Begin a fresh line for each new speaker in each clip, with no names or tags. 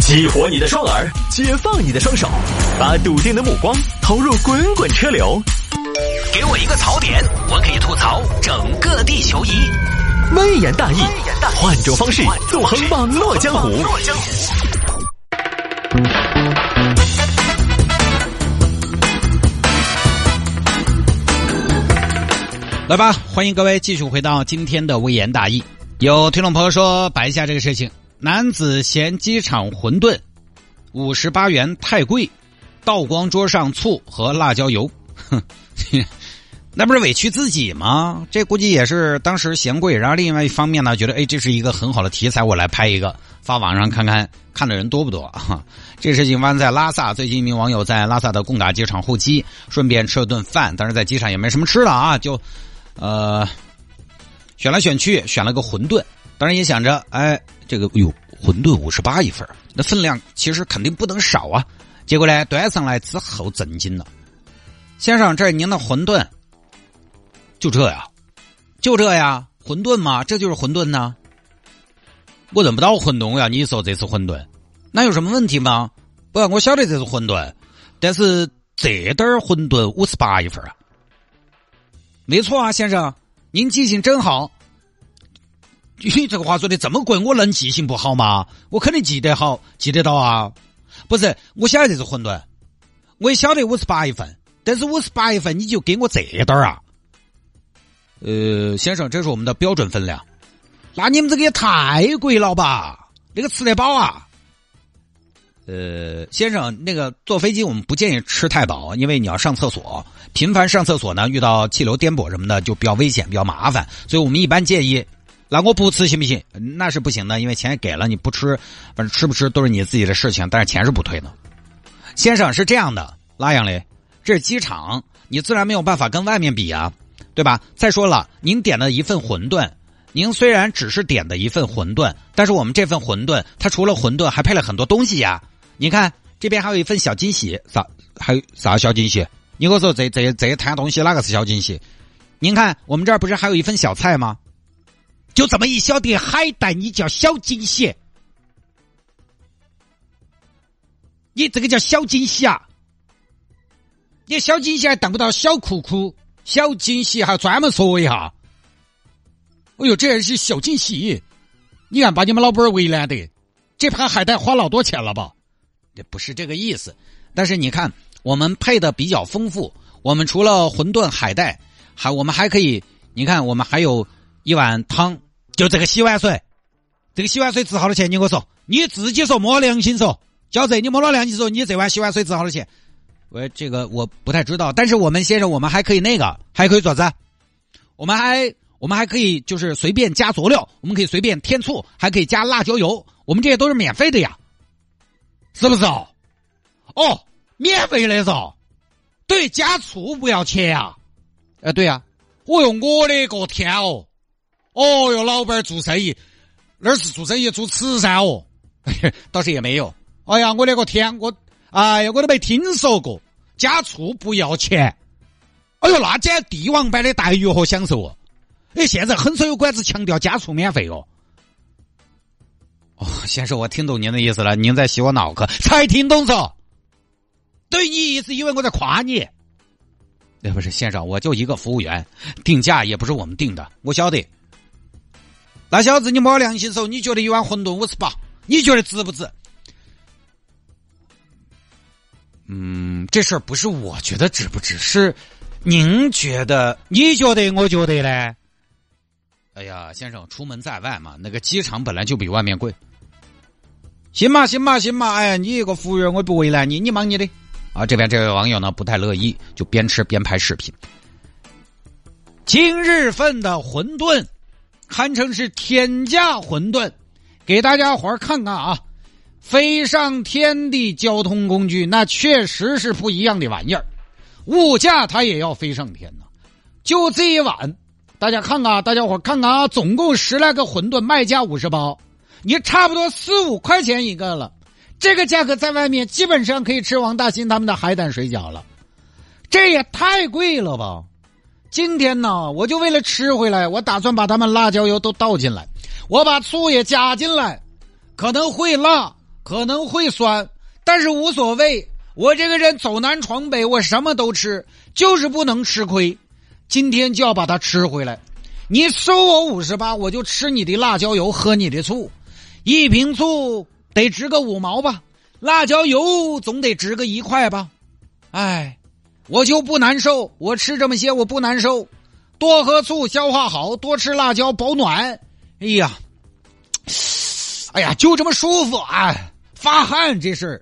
激活你的双耳，解放你的双手，把笃定的目光投入滚滚车流。
给我一个槽点，我可以吐槽整个地球仪。
微言大义，换种方式纵横网络江湖。
来吧，欢迎各位继续回到今天的微言大义。有听众朋友说摆一下这个事情，男子嫌机场馄饨58元太贵，倒光桌上醋和辣椒油，哼，那不是委屈自己吗？这估计也是当时嫌贵，然后另外一方面呢，觉得这是一个很好的题材，我来拍一个发网上看看看的人多不多啊。这个事情发生在拉萨，最近一名网友在拉萨的贡嘎机场候机，顺便吃了顿饭，但是在机场也没什么吃的啊，就选来选去选了个馄饨，当然也想着这个馄饨58一份，那分量其实肯定不能少啊。结果呢端上来之后震惊了，先生，这您的馄饨就这呀馄饨吗？这就是馄饨呢？我认不到馄饨呀，你说这是馄饨，那有什么问题吗？不，我晓得这是馄饨，但是这点馄饨58一份啊。没错啊，先生，您记性真好。你这个话说的这么贵，我能记性不好吗？我肯定记得好，记得到啊。不是，我晓得这是馄饨，我也晓得58一份，但是58一份你就给我这点啊。先生，这是我们的标准分量。那你们这个也太贵了吧？那个吃得饱啊？先生，那个坐飞机我们不建议吃太饱，因为你要上厕所，频繁上厕所呢，遇到气流颠簸什么的就比较危险，比较麻烦，所以我们一般建议，那我不吃行不行？那是不行的，因为钱也给了，你不吃，反正吃不吃都是你自己的事情，但是钱是不退的。先生，是这样的，拉样嘞，这是机场，你自然没有办法跟外面比啊，对吧？再说了，您点了一份馄饨，您虽然只是点的一份馄饨，但是我们这份馄饨它除了馄饨还配了很多东西呀。你看这边还有一份小惊喜，还有啥小惊喜？你跟我说这摊东西哪个是小惊喜？您看我们这儿不是还有一份小菜吗？就这么一小碟海带，你叫小惊喜？你这个叫小惊喜啊？你小惊喜还当不到小酷酷，小惊喜还专门说一下。哎呦，这也是小惊喜！你看把你们老板为难的，这盘海带花老多钱了吧？这不是这个意思，但是你看我们配的比较丰富，我们除了馄饨海带，我们还可以，你看我们还有一碗汤，就这个洗碗水，这个洗碗水值好多钱？你跟我说，你自己说，摸良心说，小贼，你摸了良心说，你这碗洗碗水值好多钱？这个我不太知道，但是我们先生，我们还可以还可以做啥？我们还可以就是随便加佐料，我们可以随便添醋，还可以加辣椒油，我们这些都是免费的呀，是不是哦？哦，免费的噻，对，加醋不要钱啊。对呀，哦哟，我的个天哦！哦哟，老板做生意，那是做生意做慈善哦，倒是也没有。哎呀，我的个天，我都没听说过加醋不要钱。哎呦，那简直帝王般的待遇和享受哦！现在很少有馆子强调加醋免费哦。先生，我听懂您的意思了，您在洗我脑壳，才听懂噻。对，你意思以为我在夸你？不是，先生，我就一个服务员，定价也不是我们定的，我晓得。那小子，你摸良心说，你觉得一碗馄饨58，你觉得值不值？这事儿不是我觉得值不值，是您觉得，你觉得，我觉得呢？哎呀，先生，出门在外嘛，那个机场本来就比外面贵。行嘛，你一个服务员，我不为难你忙你的。这边这位网友呢不太乐意，就边吃边拍视频。今日份的馄饨堪称是天价馄饨，给大家伙儿看看啊，飞上天的交通工具那确实是不一样的玩意儿，物价它也要飞上天呢。就这一碗，大家看啊，大家伙看啊，总共10来个馄饨，卖价50包，你差不多4、5块钱一个了。这个价格在外面基本上可以吃王大兴他们的海胆水饺了，这也太贵了吧！今天呢，我就为了吃回来，我打算把他们辣椒油都倒进来，我把醋也加进来，可能会辣， 可能会酸，但是无所谓。我这个人走南闯北，我什么都吃，就是不能吃亏。今天就要把它吃回来。你收我58，我就吃你的辣椒油，喝你的醋。一瓶醋得值个5毛吧，辣椒油总得值个1块吧。哎，我就不难受，我吃这么些我不难受。多喝醋消化好，多吃辣椒保暖。哎呀，就这么舒服啊，发汗这事儿。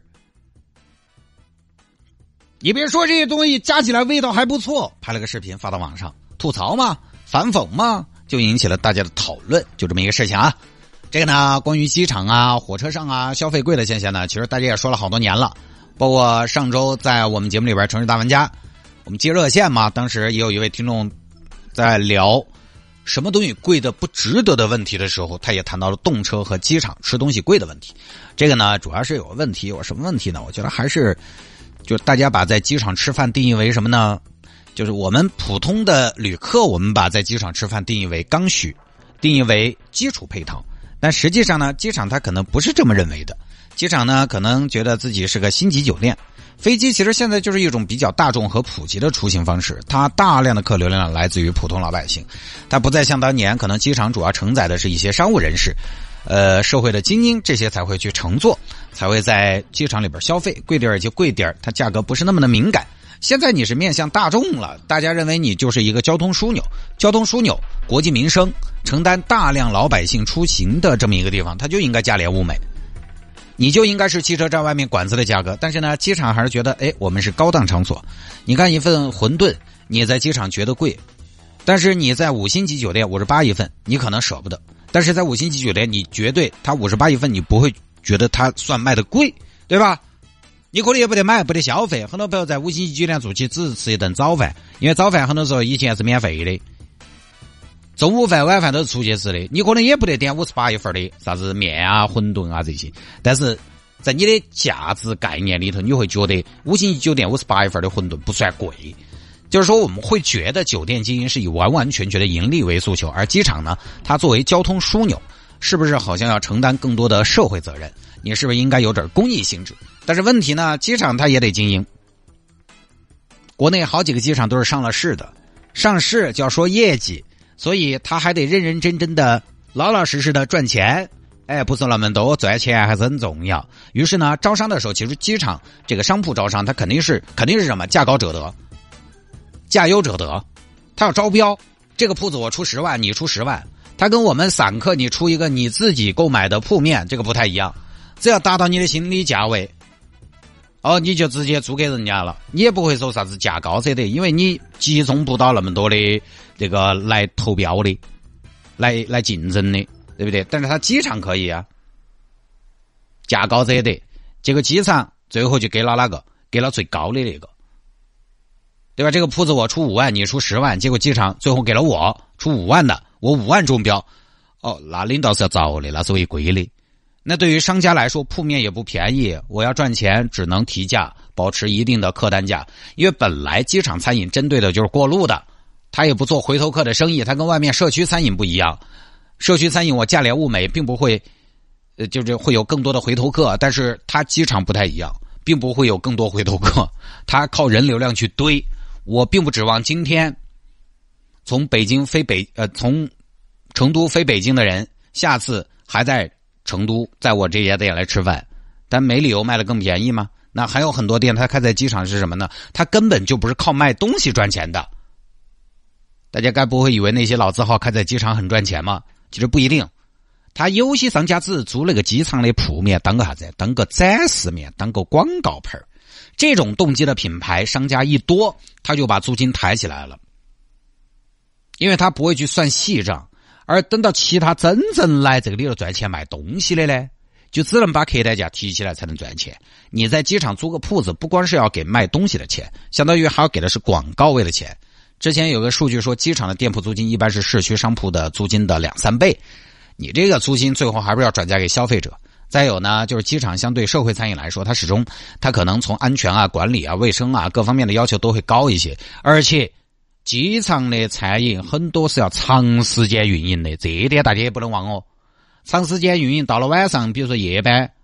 你别说这些东西加起来味道还不错，拍了个视频发到网上，吐槽嘛，反讽嘛，就引起了大家的讨论，就这么一个事情啊。这个呢，关于机场啊、火车上啊消费贵的现象呢，其实大家也说了好多年了，包括上周在我们节目里边城市大玩家，我们接热线嘛，当时也有一位听众在聊什么东西贵的不值得的问题的时候，他也谈到了动车和机场吃东西贵的问题。这个呢，主要是有个问题，有什么问题呢？我觉得还是就大家把在机场吃饭定义为什么呢？就是我们普通的旅客，我们把在机场吃饭定义为刚需，定义为基础配套。但实际上呢，机场它可能不是这么认为的。机场呢，可能觉得自己是个星级酒店。飞机其实现在就是一种比较大众和普及的出行方式，它大量的客流量来自于普通老百姓，它不再像当年可能机场主要承载的是一些商务人士，社会的精英，这些才会去乘坐，才会在机场里边消费，贵点就贵点，它价格不是那么的敏感。现在你是面向大众了，大家认为你就是一个交通枢纽，国计民生，承担大量老百姓出行的这么一个地方，它就应该价廉物美。你就应该是汽车站外面馆子的价格，但是呢，机场还是觉得，我们是高档场所。你看一份馄饨，你在机场觉得贵，但是你在5星级酒店58一份，你可能舍不得。但是在5星级酒店，你绝对它58一份，你不会觉得它算卖的贵，对吧？你可能也不得买，不得消费。很多朋友在5星级酒店住起，只是吃一顿早饭，因为早饭很多时候以前是免费的。中午饭晚饭都是出去吃的，你可能也不得点58一份的啥子面啊、馄饨啊这些，但是在你的价值概念里头，你会觉得5星级酒店58一份的馄饨不算贵。就是说我们会觉得酒店经营是以完完全全的盈利为诉求，而机场呢，它作为交通枢纽，是不是好像要承担更多的社会责任？你是不是应该有点公益性质？但是问题呢，机场它也得经营。国内好几个机场都是上了市的，上市就要说业绩，所以他还得认认真真的、老老实实的赚钱。不是那么多，赚钱还是很重要。于是呢，招商的时候，其实机场这个商铺招商，它肯定是什么？价高者得，价优者得。他要招标，这个铺子我出10万，你出10万。他跟我们散客你出一个你自己购买的铺面，这个不太一样。只要达到你的心理价位，你就直接租给人家了，你也不会说啥子价高者得，因为你集中不到那么多的这个来投标的，来竞争的，对不对？但是他机场可以啊，价高者得，结果机场最后就给了哪个？给了最高的那个，对吧？这个铺子我出5万，你出10万，结果机场最后给了我出5万的，我5万中标，那领导是要遭的，那是违规的。那对于商家来说，铺面也不便宜，我要赚钱只能提价，保持一定的客单价。因为本来机场餐饮针对的就是过路的，他也不做回头客的生意，他跟外面社区餐饮不一样。社区餐饮我价廉物美，并不会，就是会有更多的回头客，但是他机场不太一样，并不会有更多回头客，他靠人流量去堆。我并不指望今天从从成都飞北京的人，下次还在成都在我这家店来吃饭，但没理由卖的更便宜吗？那还有很多店它开在机场是什么呢？它根本就不是靠卖东西赚钱的。大家该不会以为那些老字号开在机场很赚钱吗？其实不一定。他有些商家只是租那个机场的铺面当个啥子？当个展示面，当个广告牌。这种动机的品牌商家一多，他就把租金抬起来了，因为他不会去算细账。而等到其他真正来这个里头赚钱卖东西的呢，就只能把客单价提起来才能赚钱。你在机场租个铺子，不光是要给卖东西的钱，相当于还要给的是广告位的钱。之前有个数据说，机场的店铺租金一般是市区商铺的租金的2-3倍，你这个租金最后还不是要转嫁给消费者。再有呢，就是机场相对社会餐饮来说，它可能从安全啊、管理啊、卫生啊各方面的要求都会高一些，而且机场的餐饮很多是要长时间运营的，这一点大家也不能忘哦。长时间运营到了晚上，比如说夜班，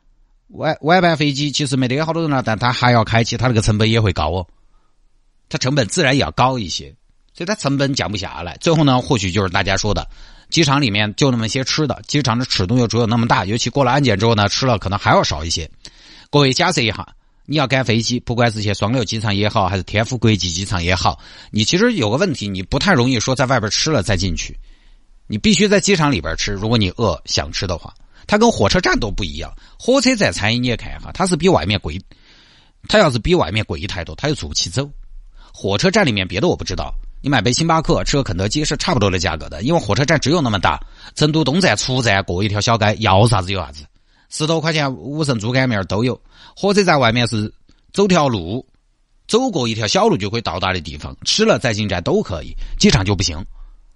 晚班飞机其实没得好多人了，但它还要开起，它那个成本也会高哦，它成本自然也要高一些，所以它成本降不下来。最后呢，或许就是大家说的，机场里面就那么些吃的，机场的尺度又只有那么大，尤其过了安检之后呢，吃了可能还要少一些。各位假设一下，你要赶飞机，不管是去双流机场也好，还是天府国际机场也好，你其实有个问题，你不太容易说在外边吃了再进去，你必须在机场里边吃，如果你饿想吃的话。它跟火车站都不一样，火车站餐饮你也看哈，它是比外面贵，它要是比外面贵太多，它就做不起走。火车站里面别的我不知道，你买杯星巴克吃个肯德基是差不多的价格的，因为火车站只有那么大，成都东站出站过一条小街，要啥子有啥子，10多块钱5升猪肝面都有。火车站外面是走条路，走过一条小路就可以到达的地方，吃了再进站都可以，机场就不行。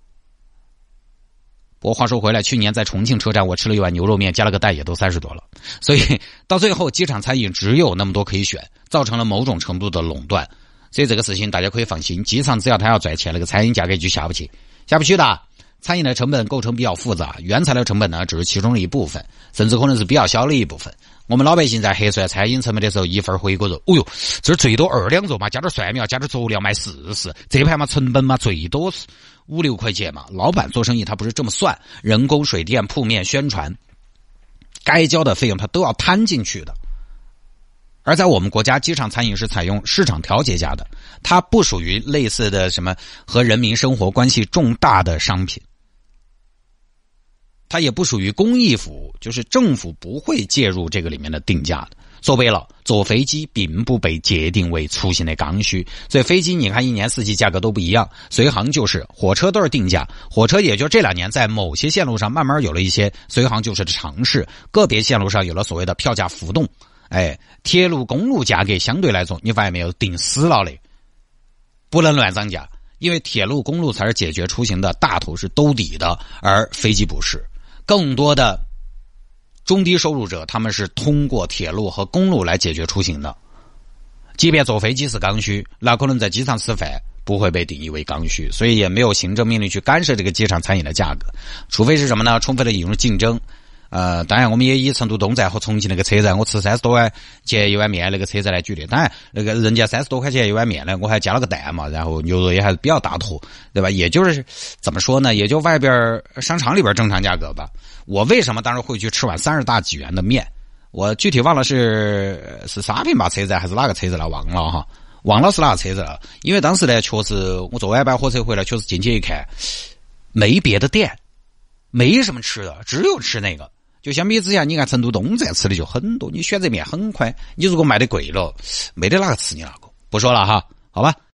我话说回来，去年在重庆车站我吃了一碗牛肉面，加了个蛋也都30多了，所以到最后机场餐饮只有那么多可以选，造成了某种程度的垄断。所以这个事情大家可以放心，机场只要他要赚钱，那个餐饮价格就下不去的。餐饮的成本构成比较复杂，原材料成本呢只是其中的一部分，甚至可能是比较小的一部分。我们老百姓在核算餐饮成本的时候，一份回锅肉，哦哟，这最多2两肉嘛，加点蒜苗，加点佐料卖40，这盘嘛成本嘛最多是5、6块钱嘛。老板做生意他不是这么算，人工、水电、铺面、宣传，该交的费用他都要摊进去的。而在我们国家，机场餐饮是采用市场调节价的，它不属于类似的什么和人民生活关系重大的商品，它也不属于公益服务，就是政府不会介入这个里面的定价的。说白了，坐飞机并不被界定为出行的刚需，所以飞机你看一年四季价格都不一样，随行就是，火车都是定价，火车也就这2年在某些线路上慢慢有了一些随行就是的尝试，个别线路上有了所谓的票价浮动。铁路公路价格相对来说你发现没有定死了嘞，不能乱涨价，因为铁路公路才是解决出行的大头是兜底的，而飞机不是。更多的中低收入者他们是通过铁路和公路来解决出行的，即便坐飞机是刚需，那可能在机场吃饭不会被定义为刚需，所以也没有行政命令去干涉这个机场餐饮的价格，除非是什么呢？充分的引入竞争。当然我们也以成都东站和重庆那个车站我吃30多块钱一碗面那个车站来举例，当然那个人家30多块钱一碗面呢，我还加了个蛋嘛，然后牛肉也还是比较大坨，对吧？也就是怎么说呢，也就外边商场里边正常价格吧。我为什么当时会去吃碗30大几元的面，我具体忘了是沙坪坝车站还是哪个车站了，忘了是哪个车站了。因为当时呢确实我坐晚班火车回来，确实进去一看没别的店，没什么吃的，只有吃那个。就相比之下，你看成都东站吃的就很多，你选择面很宽，你如果卖的贵了，没得哪个吃你那个。不说了哈，好吧。